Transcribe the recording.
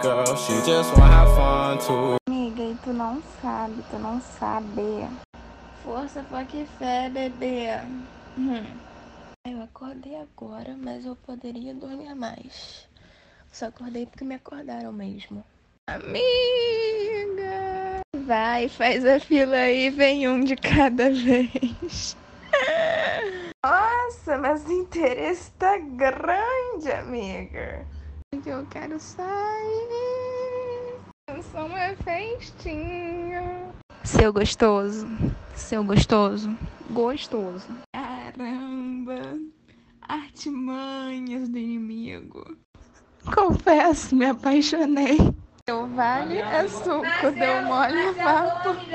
girl, she just wanna have fun too. Amiga, e tu não sabe. Força, foca e fé, bebê. Eu acordei agora, mas eu poderia dormir mais. Só acordei porque me acordaram mesmo. Amiga! Vai, faz a fila aí, vem um de cada vez. Nossa, mas o interesse tá grande, amiga. Que eu quero sair. Só uma festinha. Seu gostoso. Gostoso. Caramba. Artimanhas do inimigo. Confesso, me apaixonei. Deu vale é suco, deu mole é vapo.